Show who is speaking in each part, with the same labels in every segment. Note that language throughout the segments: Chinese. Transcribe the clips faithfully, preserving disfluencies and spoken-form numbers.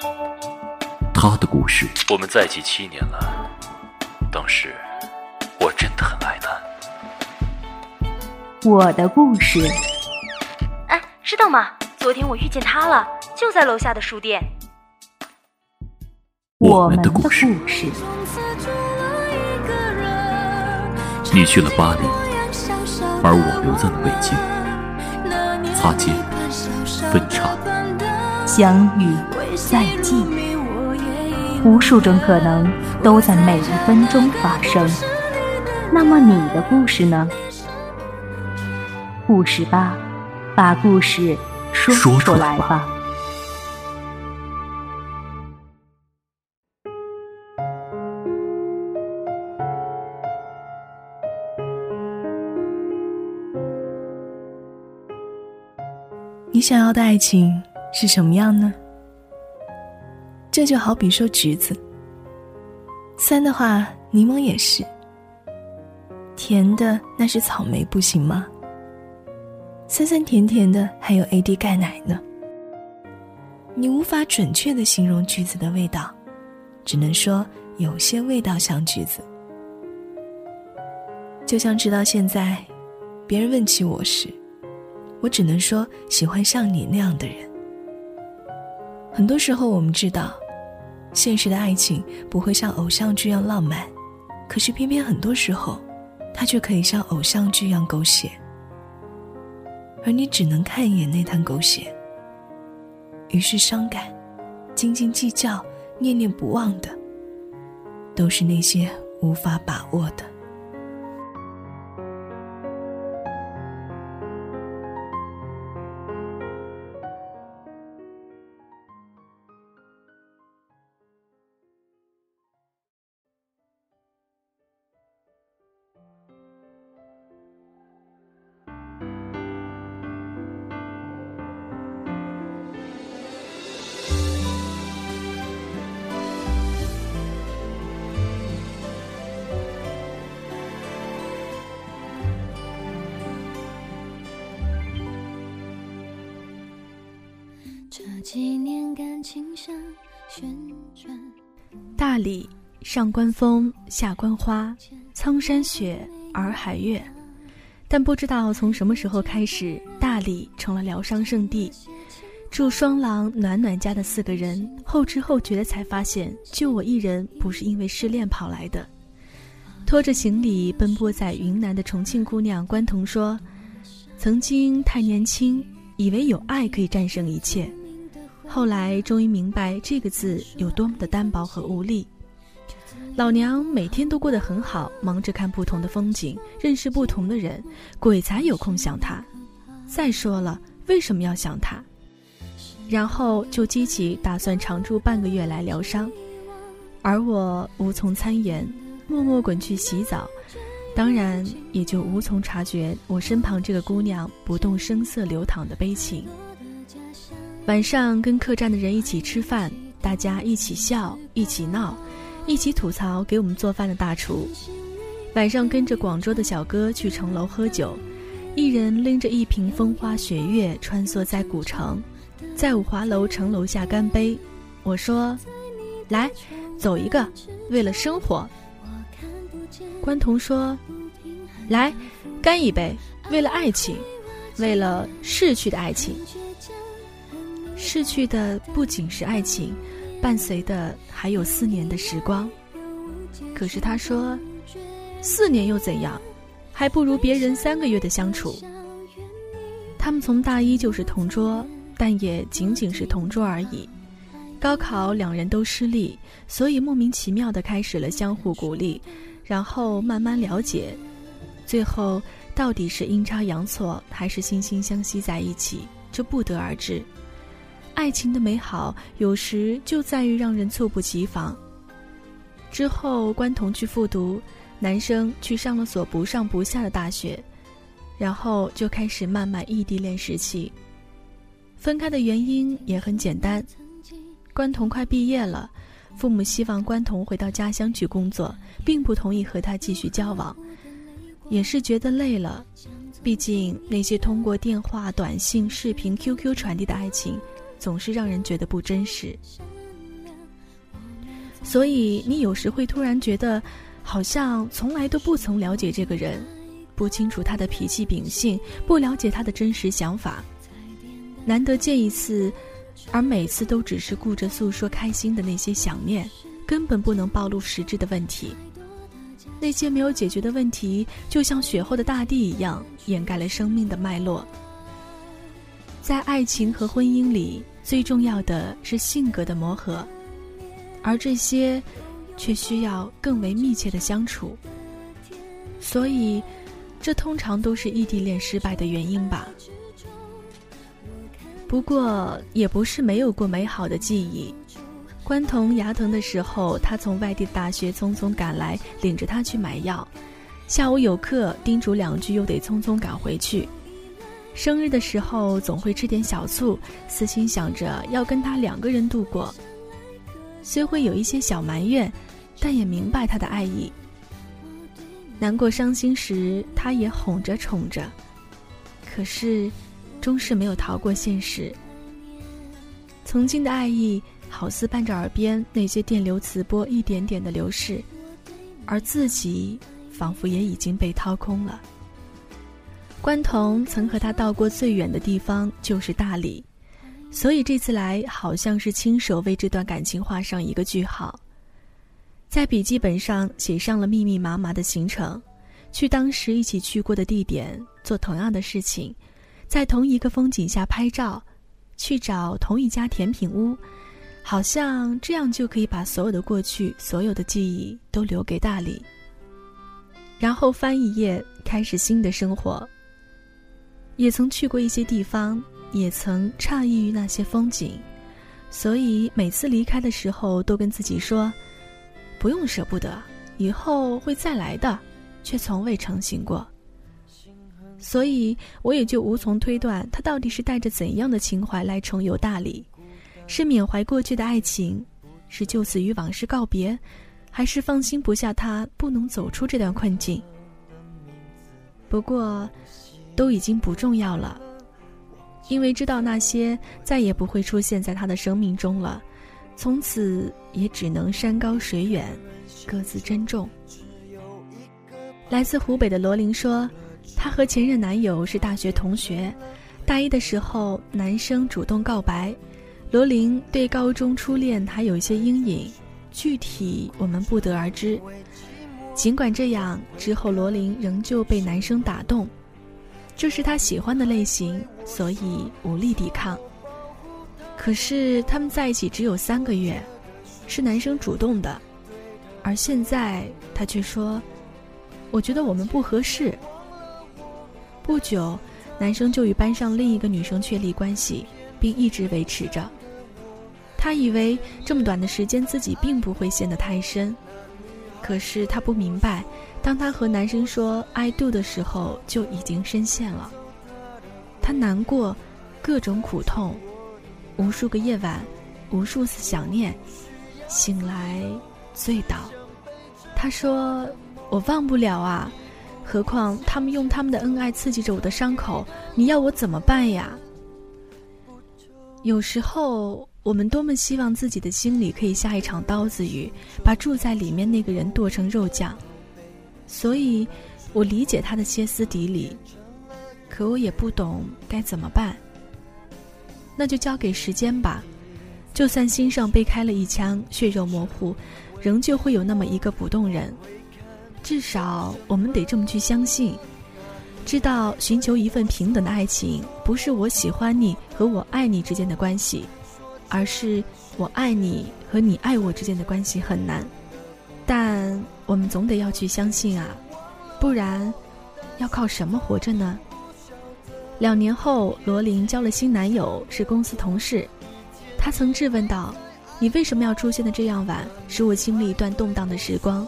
Speaker 1: 他的故事。
Speaker 2: 我们在一起七年了，当时我真的很爱他。
Speaker 3: 我的故事。
Speaker 4: 哎，知道吗？昨天我遇见他了，就在楼下的书店。
Speaker 3: 我们的故事。
Speaker 1: 你去了巴黎，而我留在了北京。擦肩，分岔，
Speaker 3: 相遇，再见，无数种可能都在每一分钟发生。那么你的故事呢？故事吧，把故事说出来吧。
Speaker 5: 你想要的爱情是什么样呢？这就好比说橘子，酸的话柠檬也是，甜的那是草莓不行吗？酸酸甜甜的还有 A D 钙奶呢。你无法准确地形容橘子的味道，只能说有些味道像橘子。就像直到现在，别人问起我时，我只能说喜欢像你那样的人。很多时候我们知道，现实的爱情不会像偶像剧一样浪漫，可是偏偏很多时候，它却可以像偶像剧一样狗血。而你只能看一眼那滩狗血，于是伤感、斤斤计较、念念不忘的，都是那些无法把握的。
Speaker 6: 这几年感情上旋转。
Speaker 7: 大理，上观风，下观花，苍山雪，洱海月。但不知道从什么时候开始，大理成了疗伤圣地。住双廊暖暖家的四个人，后知后觉的才发现，就我一人不是因为失恋跑来的。拖着行李奔波在云南的重庆姑娘关彤说，曾经太年轻，以为有爱可以战胜一切，后来终于明白这个字有多么的单薄和无力。老娘每天都过得很好，忙着看不同的风景，认识不同的人，鬼才有空想他。再说了，为什么要想他？然后就激起打算常住半个月来疗伤，而我无从参言，默默滚去洗澡，当然也就无从察觉我身旁这个姑娘不动声色流淌的悲情。晚上跟客栈的人一起吃饭，大家一起笑，一起闹，一起吐槽给我们做饭的大厨。晚上跟着广州的小哥去城楼喝酒，一人拎着一瓶风花雪月穿梭在古城，在五华楼城楼下干杯。我说，来，走一个，为了生活。关彤说，来，干一杯，为了爱情，为了逝去的爱情。逝去的不仅是爱情，伴随的还有四年的时光。可是他说，四年又怎样，还不如别人三个月的相处。他们从大一就是同桌，但也仅仅是同桌而已。高考两人都失利，所以莫名其妙地开始了相互鼓励，然后慢慢了解，最后到底是阴差阳错还是惺惺相惜在一起，这不得而知。爱情的美好有时就在于让人猝不及防。之后关彤去复读，男生去上了所不上不下的大学，然后就开始漫漫异地恋时期。分开的原因也很简单，关彤快毕业了，父母希望关彤回到家乡去工作，并不同意和他继续交往，也是觉得累了。毕竟那些通过电话、短信、视频、Q Q 传递的爱情总是让人觉得不真实。 所以你有时会突然觉得，好像从来都不曾了解这个人，不清楚他的脾气秉性，不了解他的真实想法。难得见一次，而每次都只是顾着诉说开心的那些想念，根本不能暴露实质的问题。那些没有解决的问题，就像雪后的大地一样，掩盖了生命的脉络。在爱情和婚姻里，最重要的是性格的磨合，而这些却需要更为密切的相处。所以这通常都是异地恋失败的原因吧。不过也不是没有过美好的记忆。关童牙疼的时候，他从外地大学匆匆赶来，领着他去买药，下午有课，叮嘱两句又得匆匆赶回去。生日的时候总会吃点小醋，私心想着要跟他两个人度过。虽会有一些小埋怨，但也明白他的爱意。难过伤心时，他也哄着宠着，可是终是没有逃过现实。曾经的爱意好似伴着耳边那些电流磁波一点点的流逝，而自己仿佛也已经被掏空了。关童曾和他到过最远的地方就是大理，所以这次来好像是亲手为这段感情画上一个句号。在笔记本上写上了密密麻麻的行程，去当时一起去过的地点，做同样的事情，在同一个风景下拍照，去找同一家甜品屋，好像这样就可以把所有的过去，所有的记忆都留给大理。然后翻一页，开始新的生活。也曾去过一些地方，也曾诧异于那些风景，所以每次离开的时候都跟自己说，不用舍不得，以后会再来的，却从未成行过。所以我也就无从推断他到底是带着怎样的情怀来重游大理，是缅怀过去的爱情，是就此与往事告别，还是放心不下他不能走出这段困境。不过都已经不重要了，因为知道那些再也不会出现在他的生命中了，从此也只能山高水远，各自珍重。来自湖北的罗琳说，她和前任男友是大学同学，大一的时候男生主动告白，罗琳对高中初恋还有一些阴影，具体我们不得而知。尽管这样，之后罗琳仍旧被男生打动，这是他喜欢的类型，所以无力抵抗。可是他们在一起只有三个月，是男生主动的，而现在他却说，我觉得我们不合适。不久，男生就与班上另一个女生确立关系，并一直维持着。他以为这么短的时间自己并不会陷得太深，可是他不明白，当他和男生说 I do 的时候，就已经深陷了。他难过，各种苦痛，无数个夜晚，无数次想念，醒来醉倒。他说，我忘不了啊，何况他们用他们的恩爱刺激着我的伤口，你要我怎么办呀？有时候我们多么希望自己的心里可以下一场刀子雨，把住在里面那个人剁成肉酱。所以我理解他的歇斯底里，可我也不懂该怎么办。那就交给时间吧，就算心上被开了一枪，血肉模糊，仍旧会有那么一个不动人。至少我们得这么去相信，知道寻求一份平等的爱情，不是我喜欢你和我爱你之间的关系，而是我爱你和你爱我之间的关系很难。但我们总得要去相信啊，不然要靠什么活着呢？两年后，罗琳交了新男友，是公司同事。她曾质问道，你为什么要出现的这样晚，使我经历一段动荡的时光？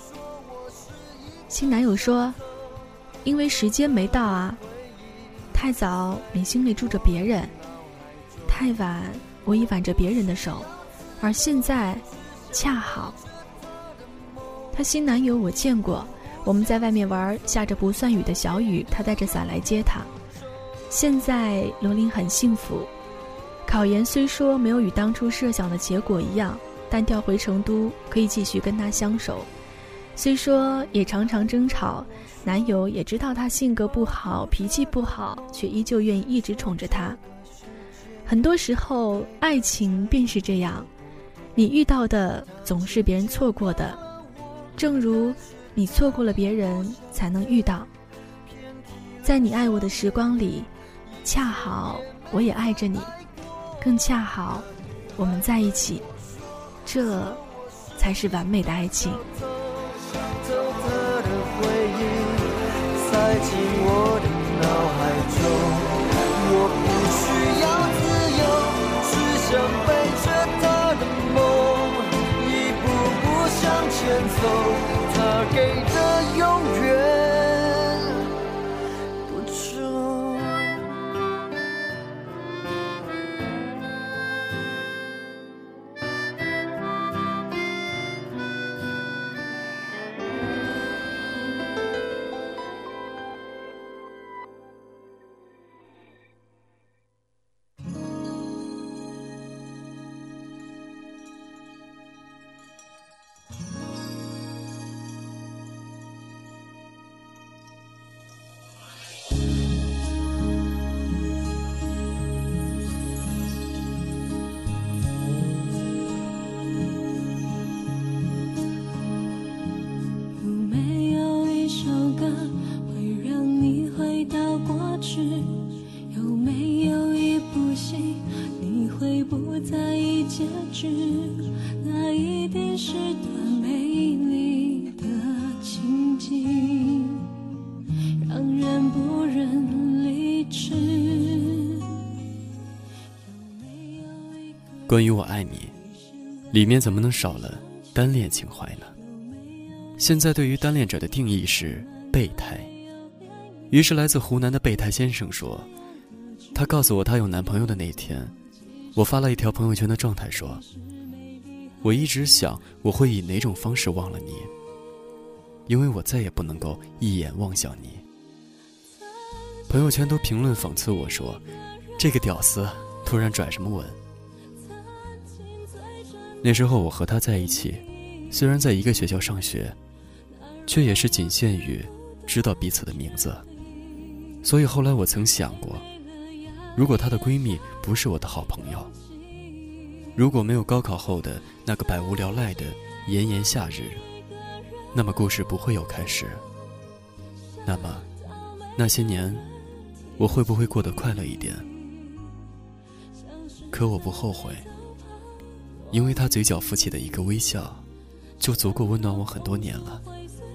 Speaker 7: 新男友说，因为时间没到啊，太早你心里住着别人，太晚我已挽着别人的手，而现在恰好。她新男友我见过，我们在外面玩，下着不算雨的小雨，他带着伞来接她。现在罗琳很幸福，考研虽说没有与当初设想的结果一样， 但调回成都可以继续跟他相守。虽说也常常争吵，男友也知道她性格不好，脾气不好，却依旧愿意一直宠着她。很多时候，爱情便是这样，你遇到的总是别人错过的，正如你错过了别人，才能遇到。在你爱我的时光里，恰好我也爱着你，更恰好我们在一起，这才是完美的爱情。
Speaker 8: 走着的回忆塞进我的脑海中，我不需要自由，只想背着他的梦，一步步向前走，他给的永远不重。那一定是段美丽的情景，让人不忍离去。
Speaker 9: 关于我爱你，里面怎么能少了单恋情怀呢？现在对于单恋者的定义是备胎。于是来自湖南的备胎先生说，他告诉我他有男朋友的那天，我发了一条朋友圈的状态说，我一直想我会以哪种方式忘了你，因为我再也不能够一眼望向你。朋友圈都评论讽刺我说，这个屌丝突然转什么文。那时候我和他在一起，虽然在一个学校上学，却也是仅限于知道彼此的名字。所以后来我曾想过，如果她的闺蜜不是我的好朋友，如果没有高考后的那个百无聊赖的炎炎夏日，那么故事不会有开始。那么那些年我会不会过得快乐一点？可我不后悔，因为她嘴角浮起的一个微笑就足够温暖我很多年了。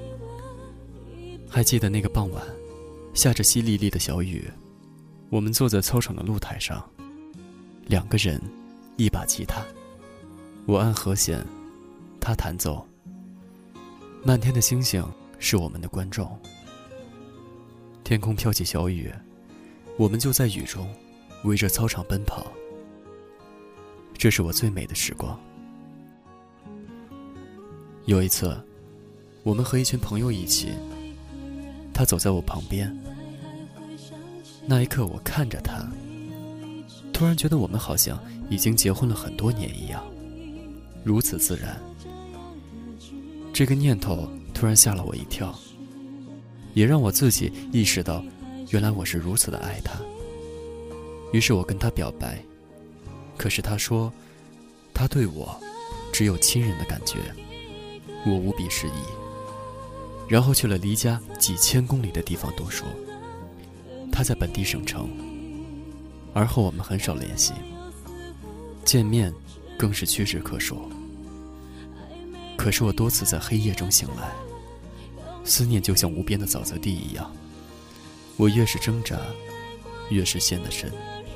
Speaker 9: 还记得那个傍晚，下着淅沥沥的小雨，我们坐在操场的露台上，两个人，一把吉他，我按和弦，他弹奏。漫天的星星是我们的观众，天空飘起小雨，我们就在雨中围着操场奔跑。这是我最美的时光。有一次，我们和一群朋友一起，他走在我旁边，那一刻我看着他，突然觉得我们好像已经结婚了很多年一样，如此自然。这个念头突然吓了我一跳，也让我自己意识到，原来我是如此的爱他。于是我跟他表白，可是他说，他对我只有亲人的感觉，我无比失意，然后去了离家几千公里的地方读书。他在本地省城，而后我们很少联系，见面更是屈指可数。可是我多次在黑夜中醒来，思念就像无边的沼泽地一样，我越是挣扎，越是陷得深。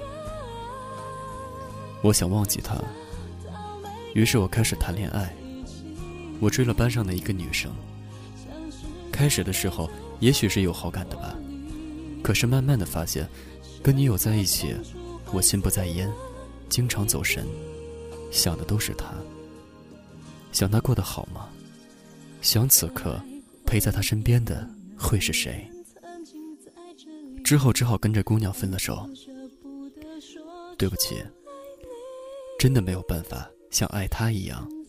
Speaker 9: 我想忘记他，于是我开始谈恋爱。我追了班上的一个女生，开始的时候也许是有好感的吧，可是慢慢的发现，跟女友在一起，我心不在焉，经常走神，想的都是她，想她过得好吗？想此刻陪在她身边的会是谁？之后只好跟着姑娘分了手。对不起，真的没有办法像爱她一样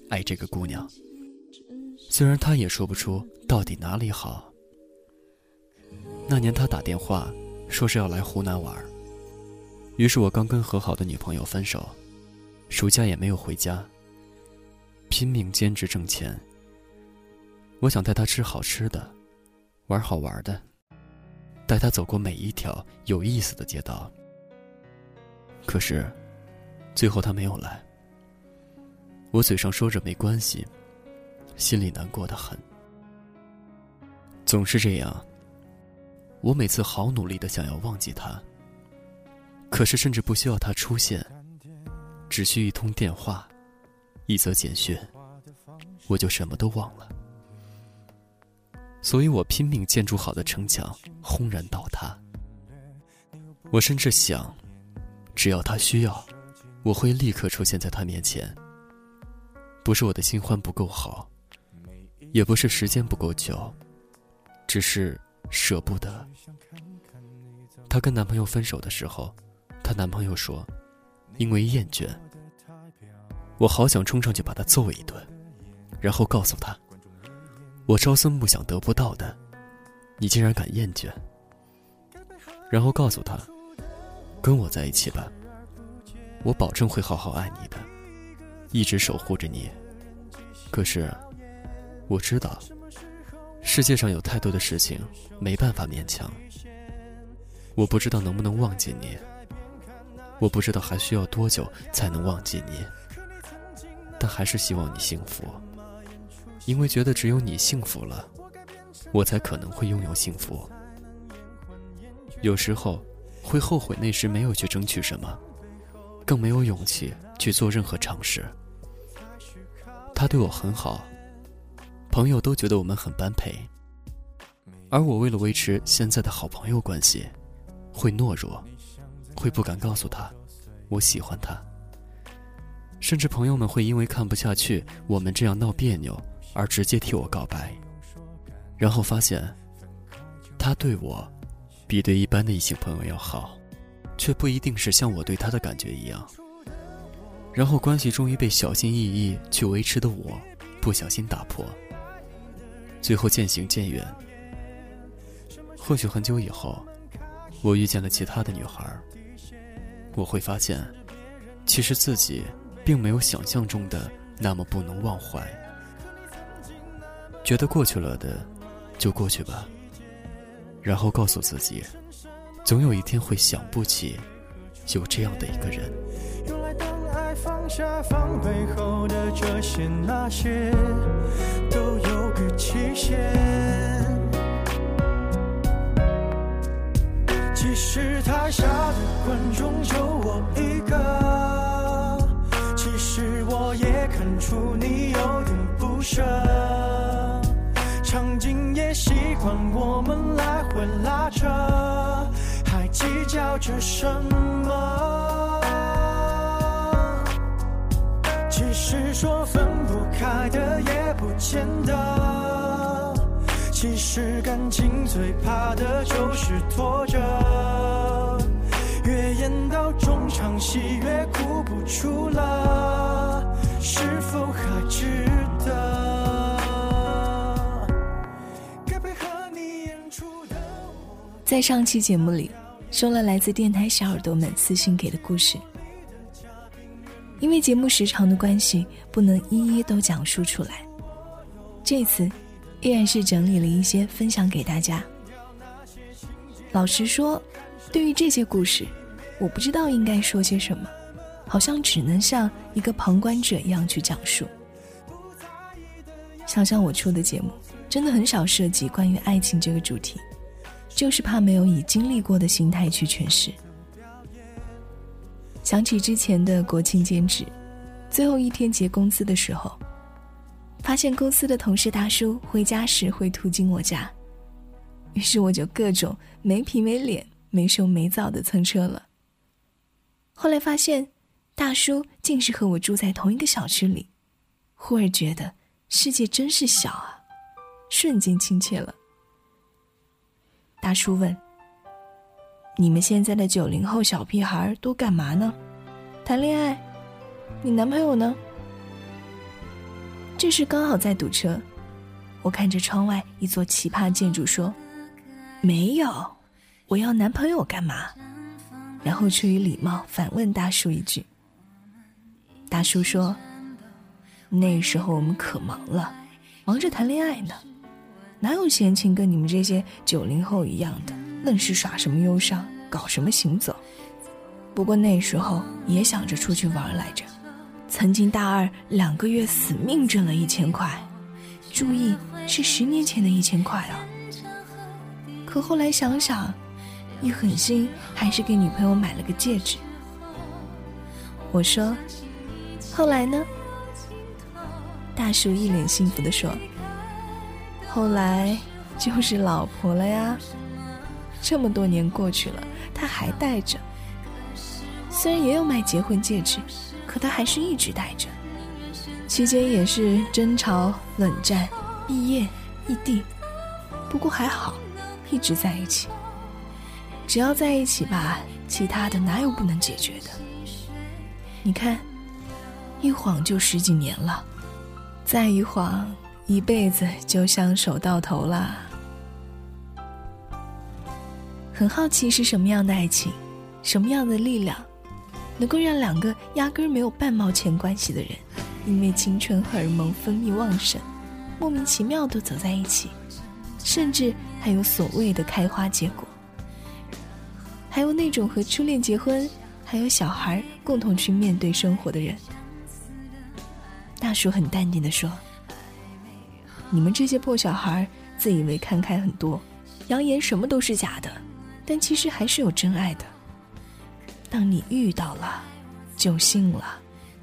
Speaker 9: 爱这个姑娘，虽然他也说不出到底哪里好。那年他打电话说是要来湖南玩，于是我刚跟和好的女朋友分手，暑假也没有回家，拼命兼职挣钱。我想带她吃好吃的，玩好玩的，带她走过每一条有意思的街道。可是最后她没有来，我嘴上说着没关系，心里难过得很。总是这样，我每次好努力地想要忘记她，可是甚至不需要她出现，只需一通电话，一则简讯，我就什么都忘了。所以我拼命建筑好的城墙轰然倒塌。我甚至想，只要她需要，我会立刻出现在她面前。不是我的新欢不够好，也不是时间不够久，只是舍不得。她跟男朋友分手的时候，她男朋友说因为厌倦。我好想冲上去把她揍一顿，然后告诉她，我朝思暮想得不到的，你竟然敢厌倦。然后告诉她，跟我在一起吧，我保证会好好爱你的，一直守护着你。可是我知道世界上有太多的事情没办法勉强。我不知道能不能忘记你，我不知道还需要多久才能忘记你，但还是希望你幸福，因为觉得只有你幸福了，我才可能会拥有幸福。有时候会后悔那时没有去争取什么，更没有勇气去做任何尝试。他对我很好，朋友都觉得我们很般配，而我为了维持现在的好朋友关系，会懦弱，会不敢告诉他我喜欢他。甚至朋友们会因为看不下去我们这样闹别扭而直接替我告白，然后发现他对我比对一般的异性朋友要好，却不一定是像我对他的感觉一样。然后关系终于被小心翼翼去维持的我不小心打破，最后渐行渐远。或许很久以后我遇见了其他的女孩，我会发现其实自己并没有想象中的那么不能忘怀。觉得过去了的就过去吧，然后告诉自己，总有一天会想不起有这样的一个人。
Speaker 8: 用来当爱放下防备后的这些那些都有个期限，即使台下的观众就我一个，其实我也看出你有点不舍，场景也习惯我们来回拉扯，还计较着什么？其实说分不开的也不见得，其实感情最怕的就是拖着，越演到中场戏越哭不出了，是否还值得？该配合你演出的我。
Speaker 5: 在上期节目里说了来自电台小耳朵们私信给的故事，因为节目时长的关系不能一一都讲述出来，这次依然是整理了一些分享给大家。老实说，对于这些故事我不知道应该说些什么，好像只能像一个旁观者一样去讲述。想想我出的节目真的很少涉及关于爱情这个主题，就是怕没有以经历过的心态去诠释。想起之前的国庆兼职，最后一天结工资的时候，发现公司的同事大叔回家时会途经我家，于是我就各种没皮没脸没羞没臊的蹭车了。后来发现大叔竟是和我住在同一个小区里，忽而觉得世界真是小啊，瞬间亲切了。大叔问，你们现在的九零后小屁孩都干嘛呢？谈恋爱？你男朋友呢？ 这时刚好在堵车，我看着窗外一座奇葩建筑说，没有，我要男朋友干嘛？然后出于礼貌反问大叔一句。大叔说，那时候我们可忙了，忙着谈恋爱呢，哪有闲情跟你们这些九零后一样的，愣是耍什么忧伤，搞什么行走。不过那时候也想着出去玩来着，曾经大二两个月死命挣了一千块，注意是十年前的一千块啊。可后来想想，一狠心还是给女朋友买了个戒指。我说，后来呢？大叔一脸幸福地说，后来就是老婆了呀。这么多年过去了，他还戴着。虽然也有买结婚戒指，可他还是一直戴着。期间也是争吵、冷战、毕业、异地，不过还好，一直在一起。只要在一起吧，其他的哪有不能解决的？你看，一晃就十几年了，再一晃，一辈子就相守到头啦。很好奇是什么样的爱情，什么样的力量，能够让两个压根没有半毛钱关系的人，因为青春荷尔蒙分泌旺盛，莫名其妙地走在一起，甚至还有所谓的开花结果。还有那种和初恋结婚，还有小孩共同去面对生活的人。大叔很淡定地说，你们这些破小孩自以为看开很多，扬言什么都是假的，但其实还是有真爱的。当你遇到了，就信了。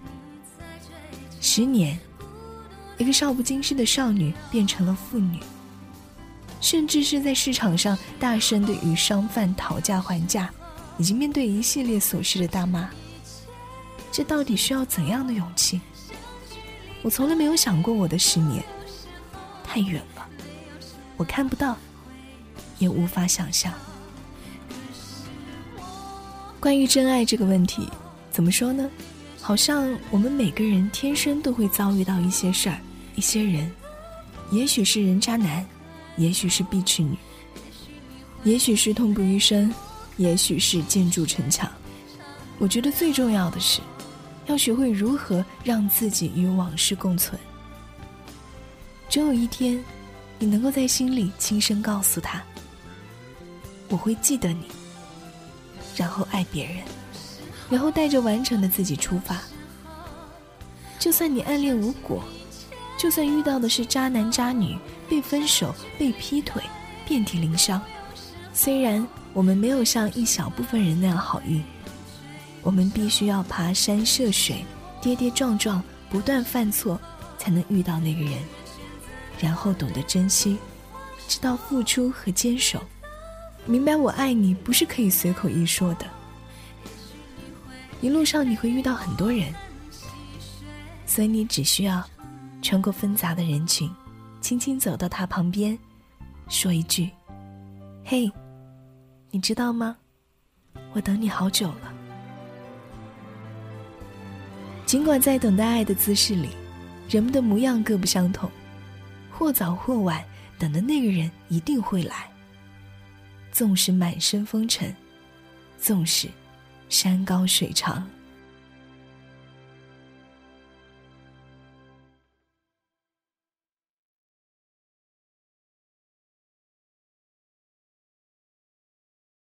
Speaker 5: 十年，一个少不经事的少女变成了妇女，甚至是在市场上大声地与商贩讨价还价，以及面对一系列琐事的大妈。这到底需要怎样的勇气？我从来没有想过我的十年，太远了，我看不到，也无法想象。关于真爱这个问题，怎么说呢？好像我们每个人天生都会遭遇到一些事儿，一些人，也许是人渣男，也许是碧池女，也许是痛不欲生，也许是建筑城墙。我觉得最重要的是，要学会如何让自己与往事共存。总有一天，你能够在心里轻声告诉他，我会记得你，然后爱别人，然后带着完整的自己出发。就算你暗恋无果，就算遇到的是渣男渣女，被分手，被劈腿，遍体鳞伤，虽然我们没有像一小部分人那样好运，我们必须要爬山涉水，跌跌撞撞，不断犯错，才能遇到那个人，然后懂得珍惜，知道付出和坚守，明白我爱你不是可以随口一说的。一路上你会遇到很多人，所以你只需要穿过纷杂的人群，轻轻走到他旁边，说一句，嘿，你知道吗？我等你好久了。尽管在等待爱的姿势里，人们的模样各不相同，或早或晚，等的那个人一定会来。纵使满身风尘，纵使山高水长。